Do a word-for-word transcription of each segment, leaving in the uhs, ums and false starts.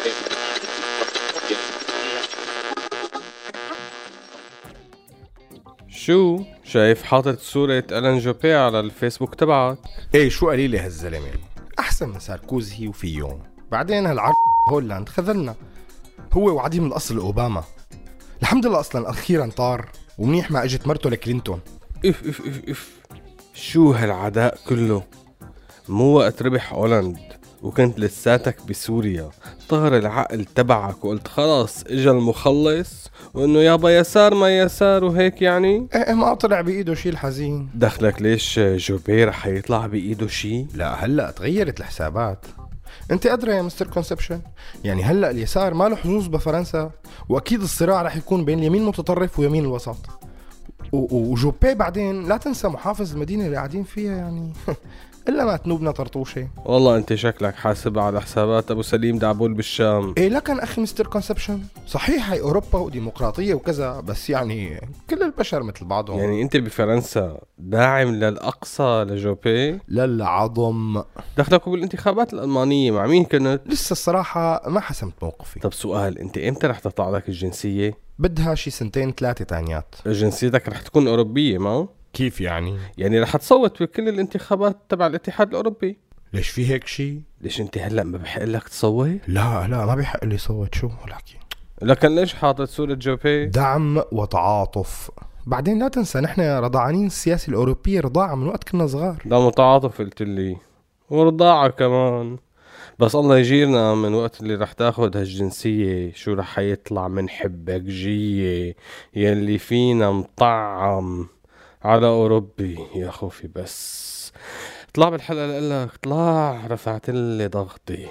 شو شايف حاطط صورة ألان جوبي على الفيسبوك تبعك؟ ايه شو قليلي هالزلمة احسن من ساركوزي وفيون. بعدين هالعرب هولاند خذلنا، هو وعديم الاصل اوباما. الحمد لله اصلا اخيرا طار، ومنيح ما اجت مرته لكلينتون. اف اف اف اف شو هالعداء كله؟ مو وقت ربح هولاند وكنت لساتك بسوريا طهر العقل تبعك وقلت خلاص اجا المخلص وانه يابا يسار ما يسار وهيك يعني؟ ايه ما طلع بايده شي الحزين. دخلك ليش جوبي رح يطلع بايده شي؟ لا هلا تغيرت الحسابات. انت ادرى يا مستر كونسبشن، يعني هلا اليسار ما له حظوظ بفرنسا، واكيد الصراع رح يكون بين اليمين المتطرف ويمين الوسط. وجوبي بعدين لا تنسى محافظ المدينة اللي قاعدين فيها يعني إلا ما تنوبنا طرطوشة. والله أنت شكلك حاسب على حسابات أبو سليم دعبول بالشام. إيه لكن أخي مستر كونسبشن، صحيح هاي أوروبا وديمقراطية وكذا، بس يعني كل البشر مثل بعضهم. يعني أنت بفرنسا داعم للأقصى لجوبي؟ للعظم. دخلك بالانتخابات الألمانية مع مين كنت؟ لسه الصراحة ما حسمت موقفي. طب سؤال، أنت إمتى رح تطلع لك الجنسية؟ بدها شي سنتين ثلاثة تانيات. جنسيتك رح تكون أوروبية ما؟ كيف يعني؟ يعني رح تصوت بكل الانتخابات تبع الاتحاد الأوروبي. ليش في هيك شي؟ ليش انت هلأ ما بحق لك تصوت؟ لا لا ما بحق لي صوت. شو ولكن لكن ليش حاطط صورة جوبي؟ دعم وتعاطف. بعدين لا تنسى نحن رضعانين السياسة الأوروبية رضاعة من وقت كنا صغار. ده متعاطف قلت لي ورضاعة كمان. بس الله يجيرنا من وقت اللي رح تاخد هالجنسية شو رح يطلع من حبك جية يلي فينا مطعم على أوروبي. يا خوفي بس طلع بالحلقة لقلك طلع رفعت لي ضغطي.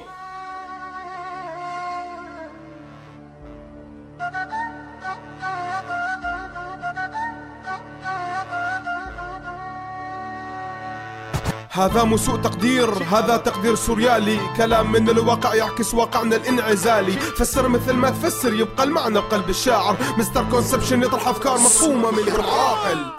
هذا مو سوء تقدير، هذا تقدير سوريالي، كلام من الواقع يعكس واقعنا الانعزالي. فسر مثل ما تفسر يبقى المعنى بقلب الشاعر. مستر كونسبشن يطرح افكار مفهومة من غير عاقل.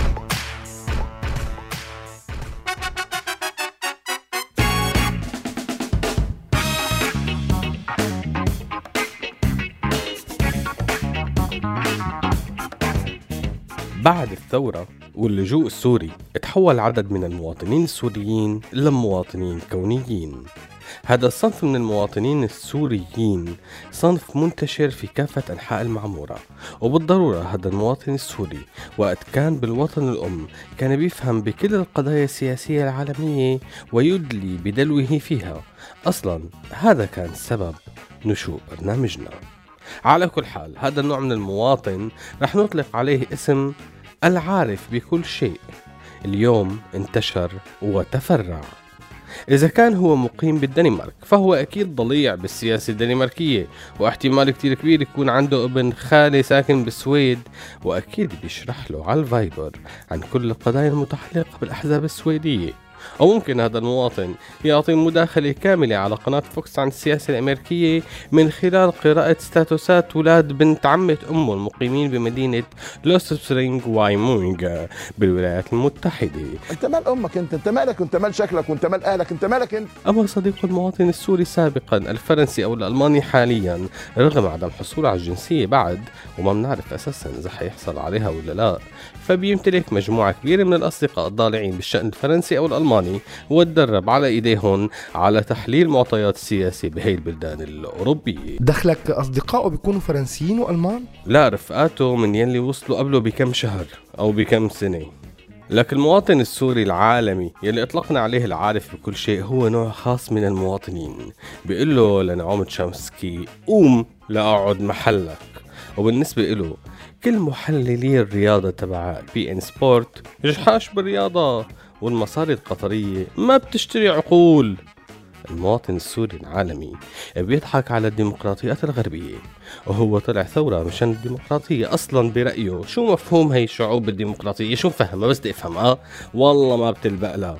بعد الثورة واللجوء السوري تحول عدد من المواطنين السوريين لمواطنين كونيين. هذا الصنف من المواطنين السوريين صنف منتشر في كافة أنحاء المعمورة، وبالضرورة هذا المواطن السوري وقت كان بالوطن الأم كان بيفهم بكل القضايا السياسية العالمية ويدلي بدلوه فيها. أصلا هذا كان سبب نشوء برنامجنا. على كل حال هذا النوع من المواطن رح نطلق عليه اسم العارف بكل شيء. اليوم انتشر وتفرع. إذا كان هو مقيم بالدنمارك فهو أكيد ضليع بالسياسة الدنماركية، واحتمال كتير كبير يكون عنده ابن خالي ساكن بالسويد، وأكيد بيشرح له على الفايبر عن كل القضايا المتعلقة بالأحزاب السويدية. أو ممكن هذا المواطن يعطي مداخلة كاملة على قناة فوكس عن السياسة الأمريكية من خلال قراءة ستاتوسات ولاد بنت عمة أمه المقيمين بمدينة لوس سبرينغ وايمونغ بالولايات المتحدة. أنت مال أمك أنت؟ أنت مالك؟ أنت مال شكلك؟ وأنت مال أهلك؟ أنت مالك أنت؟ أما صديق المواطن السوري سابقا الفرنسي أو الألماني حاليا رغم عدم حصوله على الجنسية بعد، وما بنعرف أساسا إذا حيحصل عليها ولا لا، فبيمتلك مجموعة كبيرة من الأصدقاء الضالعين بالشأن الفرنسي أو الألماني، وتدرب على إيديهم على تحليل معطيات السياسة بهي البلدان الأوروبية. دخلك أصدقائه بيكونوا فرنسيين وألمان؟ لا، رفقاته من يلي وصلوا قبله بكم شهر أو بكم سنة. لكن المواطن السوري العالمي يلي اطلقنا عليه العارف بكل شيء هو نوع خاص من المواطنين. بيقول له لنعوم تشامسكي قوم لأقعد محلك. وبالنسبة له كل محللي الرياضة تبع بي ان سبورت جحاش بالرياضة، والمصاري القطرية ما بتشتري عقول. المواطن السوري العالمي بيضحك على الديمقراطيات الغربية، وهو طلع ثورة مشان الديمقراطية. أصلا برأيه شو مفهوم هاي الشعوب بالديمقراطية؟ شو فهمها؟ بس بدي أفهم. آه والله ما بتلبق لها.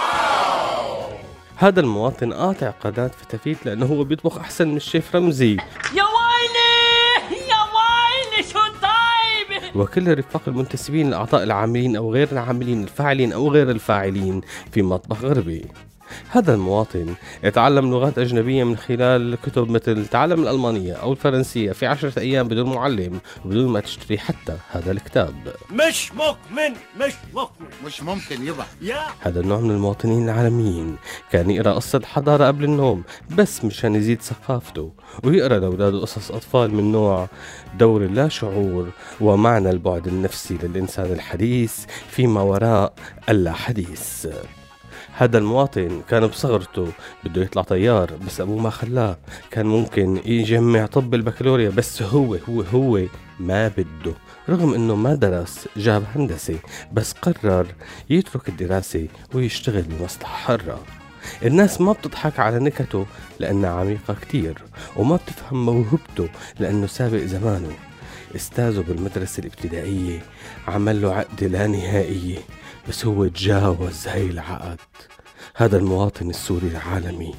هذا المواطن قاطع قناة فتافيت لأنه هو بيطبخ أحسن من الشيف رمزي. يا ويلي يا ويلي شو طيب. وكل الرفاق المنتسبين لأعضاء العاملين أو غير العاملين الفاعلين أو غير الفاعلين في مطبخ غربي. هذا المواطن يتعلم لغات أجنبية من خلال كتب مثل تعلم الألمانية أو الفرنسية في عشرة أيام بدون معلم وبدون ما تشتري حتى هذا الكتاب. مش مؤمن مش مؤمن مش ممكن يبقى يا هذا النوع من المواطنين العالميين كان يقرأ قصة حضارة قبل النوم بس مشان يزيد ثقافته، ويقرأ لأولاده قصص أطفال من نوع دور اللاشعور ومعنى البعد النفسي للإنسان الحديث فيما وراء اللا حديث. هذا المواطن كان بصغرته بده يطلع طيار بس أبوه ما خلاه، كان ممكن يجمع طب البكالوريا بس هو هو هو ما بده، رغم انه ما درس جاب هندسة بس قرر يترك الدراسة ويشتغل بمصلحة حرة. الناس ما بتضحك على نكته لأنها عميقة كتير، وما بتفهم موهبته لأنه سابق زمانه. استاذه بالمدرسة الابتدائية عمل له عقد لا نهائية بس هو تجاوز هاي العقد. هذا المواطن السوري العالمي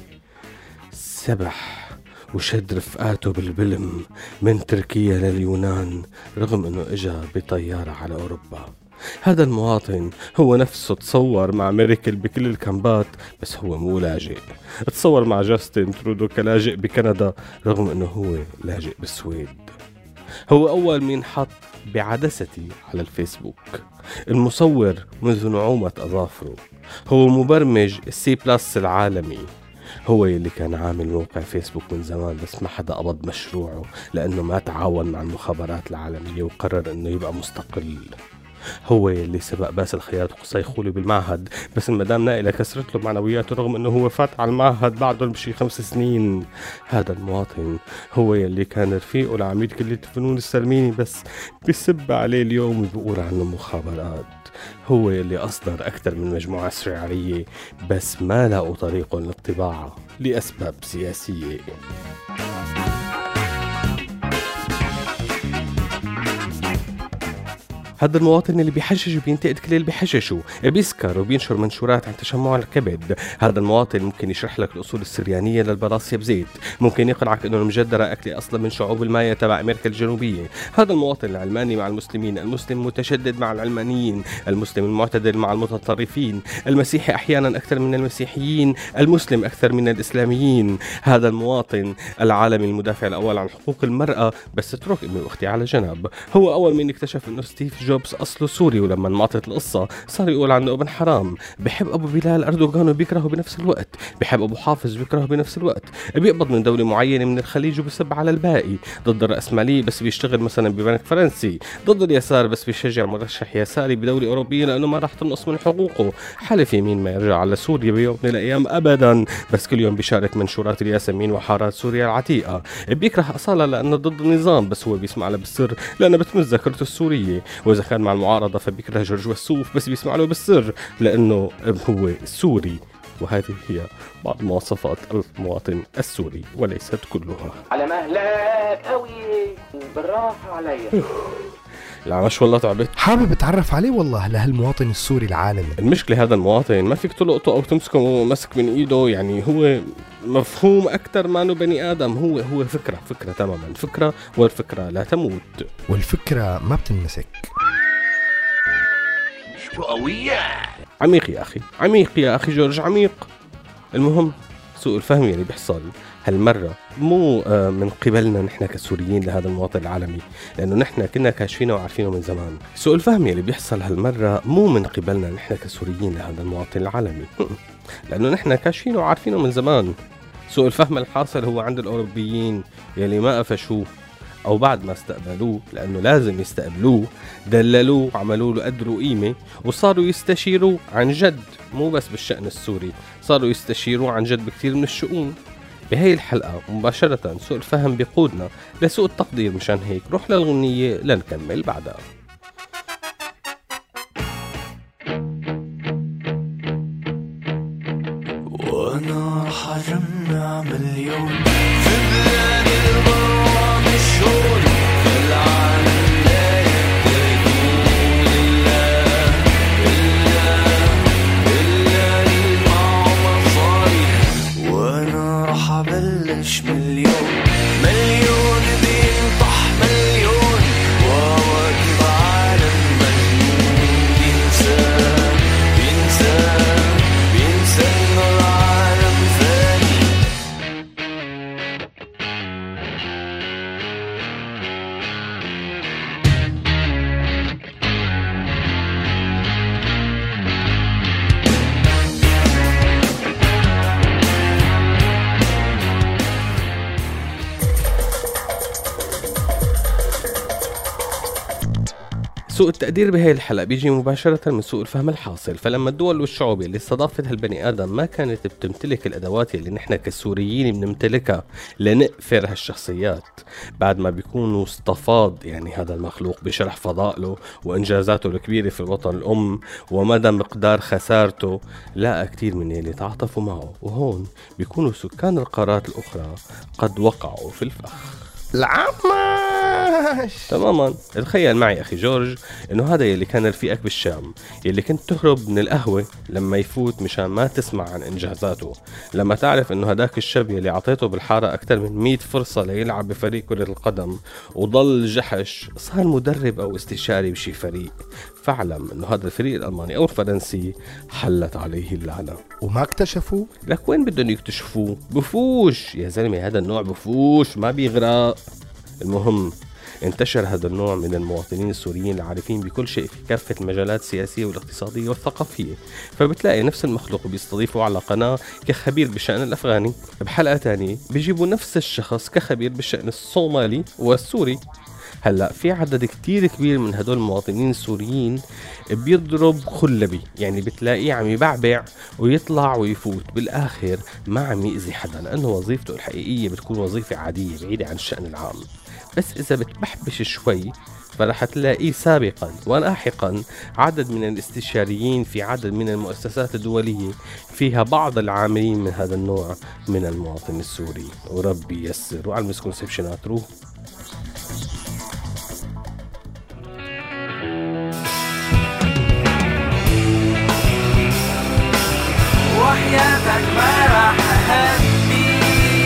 سبح وشد رفقاته بالبلم من تركيا لليونان رغم انه اجا بطيارة على اوروبا. هذا المواطن هو نفسه تصور مع ميركل بكل الكامبات بس هو مو لاجئ، تصور مع جاستن ترودو كلاجئ بكندا رغم انه هو لاجئ بالسويد. هو اول مين حط بعدستي على الفيسبوك، المصور منذ نعومة اظافره، هو مبرمج السي بلس العالمي، هو اللي كان عامل موقع فيسبوك من زمان بس ما حدا قبض مشروعه لأنه ما تعاون مع المخابرات العالمية وقرر أنه يبقى مستقل. هو اللي سبق باسل خياط وقصي خولي بالمعهد بس المدام نائلة كسرت له معنوياته رغم أنه هو فات على المعهد بعده بشي خمس سنين. هذا المواطن هو اللي كان رفيقه لعميد كلية الفنون السلميني بس بيسب عليه اليوم وبيقول عنه مخابرات. هو اللي أصدر أكثر من مجموعة شعرية بس ما لقوا طريقهم للطباعة لأسباب سياسية. هذا المواطن اللي بيحشش وبينتقد كل اللي بيحششوا، بيسكر وبينشر منشورات عن تشمع الكبد. هذا المواطن ممكن يشرح لك الأصول السريانية للبراسيا بزيت، ممكن يقنعك إنه المجدرة أكلة أصلا من شعوب المايا تبع أمريكا الجنوبية. هذا المواطن العلماني مع المسلمين، المسلم المتشدد مع العلمانيين، المسلم المعتدل مع المتطرفين، المسيحي أحيانا أكثر من المسيحيين، المسلم أكثر من الإسلاميين. هذا المواطن العالمي المدافع الأول عن حقوق المرأة بس اترك أمي وأختي على جنب. هو أول من اكتشف إنه ستيف جوبز أصله سوري ولما انمطت القصة صار يقول عنه ابن حرام. بحب أبو بلال أردوغان وبيكرهه بنفس الوقت، بحب أبو حافظ وبيكرهه بنفس الوقت، بيقبض من دولة معينة من الخليج وبيسب على الباقي، ضد الرأسمالية بس بيشتغل مثلا ببنك فرنسي، ضد اليسار بس بيشجع مرشح يساري بدولة أوروبية لأنه ما راح تنقص من حقوقه. حلف يمين ما يرجع على سوريا بيوم من الأيام أبدا بس كل يوم بيشارك منشورات الياسمين وحارات سوريا العتيقة. بيكره أصالة لأنه ضد النظام بس هو بيسمع له بالسر لأنه بتمز ذاكرته السورية، وإذا كان مع المعارضة فبيكره جورج وسوف بس بيسمع له بالسر لأنه هو سوري. وهذه هي بعض مواصفات المواطن السوري وليست كلها. على مهلك قوي بالراحة عليا. لا مش والله تعبت. حابب اتعرف عليه والله لهالمواطن السوري العالمي. المشكلة هذا المواطن ما فيك تلقطه او تمسكه ومسك من ايده، يعني هو مفهوم اكثر ما انه بني ادم، هو هو فكرة فكرة تماما، فكرة والفكرة لا تموت والفكرة ما بتنمسك. قوية عميق يا اخي، عميق يا اخي جورج، عميق. المهم سوء الفهم اللي بيحصل هالمرة مو من قبلنا نحن كسوريين لهذا المواطن العالمي، لأنه نحن كنا كاشفينه وعارفينه من زمان. سوء الفهم اللي بيحصل هالمرة مو من قبلنا نحن كسوريين لهذا المواطن العالمي، لأنه نحن كاشفينه وعارفينه من زمان. سوء الفهم الحاصل هو عند الأوروبيين يلي ما قفشوه أو بعد ما استقبلوه لأنه لازم يستقبلوه، دللوه وعملوا له قدر وقيمة وصاروا يستشيروا عن جد، مو بس بالشأن السوري، صاروا يستشيروا عن جد بكثير من الشؤون. بهاي الحلقة مباشرة سوء الفهم بيقودنا لسوء التقدير، مشان هيك روح للغنية لنكمل بعدها. وانا رح اجمع مليون في بلاد البرا مشهور العالم لا يدركون الا الا الا المع مصاري. وانا رح ابلش مليون مليون بينطح مليون وواكب عالم مجنون بينسى بينسى بينسى انه العالم سوء التقدير بهاي الحلقة بيجي مباشرة من سوء الفهم الحاصل. فلما الدول والشعوب اللي استضافتها البني آدم ما كانت بتمتلك الأدوات اللي نحن كسوريين بنمتلكها لنقفر هالشخصيات بعد ما بيكونوا استفاض يعني هذا المخلوق بشرح فضائله وإنجازاته الكبيرة في الوطن الأم ومدى مقدار خسارته، لا كتير من اللي تعاطفوا معه، وهون بيكونوا سكان القارات الأخرى قد وقعوا في الفخ. العماش تماما. تخيل معي أخي جورج إنه هذا يلي كان رفيقك بالشام، يلي كنت تهرب من القهوة لما يفوت مشان ما تسمع عن إنجازاته، لما تعرف إنه هداك الشاب يلي عطيته بالحارة أكثر من مئة فرصة ليلعب بفريق كرة القدم وضل جحش صار مدرب أو استشاري بشي فريق، فاعلم إنه هذا الفريق الألماني أو الفرنسي حلت عليه اللعنة. وما اكتشفوا؟ لك وين بدهم يكتشفوه؟ بفوش يا زلمة، هذا النوع بفوش ما بيغرق. المهم انتشر هذا النوع من المواطنين السوريين العارفين بكل شيء في كافة المجالات السياسية والاقتصادية والثقافية، فبتلاقي نفس المخلوق بيستضيفه على قناة كخبير بالشأن الأفغاني، بحلقة تانية بيجيبوا نفس الشخص كخبير بالشأن الصومالي والسوري. هلأ في عدد كتير كبير من هدول المواطنين السوريين بيضرب خلبي، يعني بتلاقيه عم يبعبع ويطلع ويفوت بالآخر ما عم يأذي حدا، لأنه وظيفته الحقيقية بتكون وظيفة عادية بعيدة عن الشأن العام. بس إذا بتبحبش شوي فرح تلاقيه سابقا ولاحقا عدد من الاستشاريين في عدد من المؤسسات الدولية فيها بعض العاملين من هذا النوع من المواطن السوري. وربي يسر. وعلى المسكونسبشنات روح. وحياتك ما راح أهدي،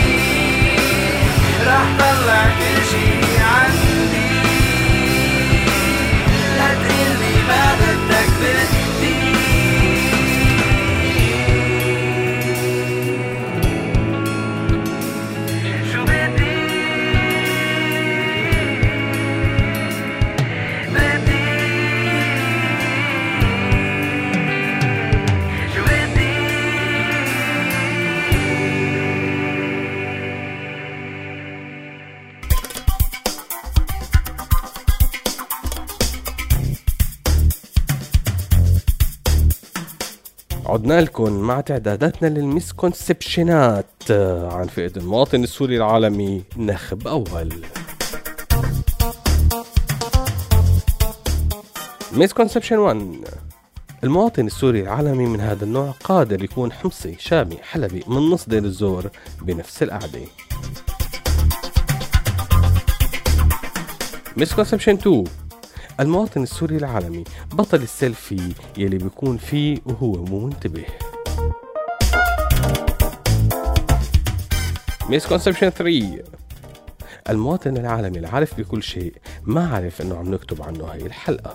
راح طلع كل شي عندي، لا تقلي ما بدك بدي. شو بدي بدي شو بدي. عدنا لكم مع تعداداتنا للمسكونسبشنات عن فئة المواطن السوري العالمي. نخب أول. مسكونسبشن واحد. المواطن السوري العالمي من هذا النوع قادر يكون حمصي شامي حلبي من نص دير الزور بنفس القعدة. مسكونسبشن اثنين. المواطن السوري العالمي بطل السيلفي يلي بيكون فيه وهو مو منتبه. مسكونسبشن ثلاثة. المواطن العالمي العارف بكل شيء ما عارف انه عم نكتب عنه هاي الحلقة.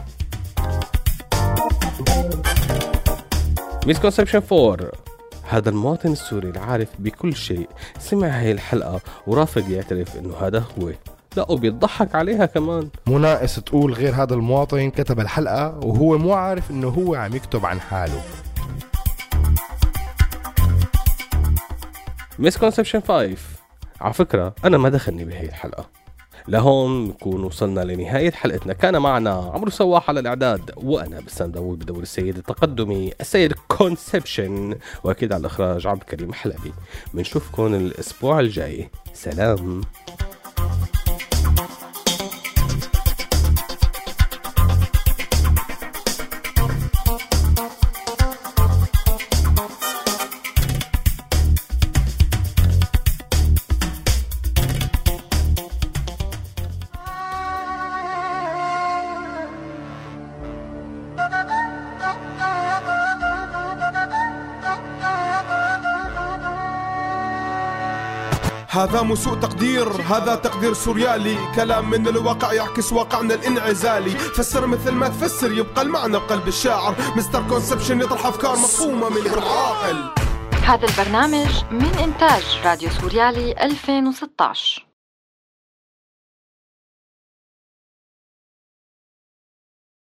مسكونسبشن أربعة. هذا المواطن السوري العارف بكل شيء سمع هاي الحلقة ورافض يعترف انه هذا هو، لا وبيضحك عليها كمان. مو ناقص تقول غير هذا المواطن كتب الحلقة وهو مو عارف انه هو عم يكتب عن حاله. مسكونسبشن خمسة. على فكرة أنا ما دخلني بهي الحلقة. لهون نكون وصلنا لنهاية حلقتنا. كان معنا عمرو سواح على الإعداد، وأنا بسام داوود بدور السيد التقدمي السيد كونسبشن، وأكيد على الإخراج عبد الكريم حلبي. بنشوفكم الأسبوع الجاي. سلام. هذا مو سوء تقدير، هذا تقدير سوريالي، كلام من الواقع يعكس واقعنا الانعزالي. فسر مثل ما تفسر يبقى المعنى بقلب الشاعر. مستر كونسبشن يطرح افكار مفهومه من العاقل. هذا البرنامج من إنتاج راديو سوريالي ألفين وستة عشر.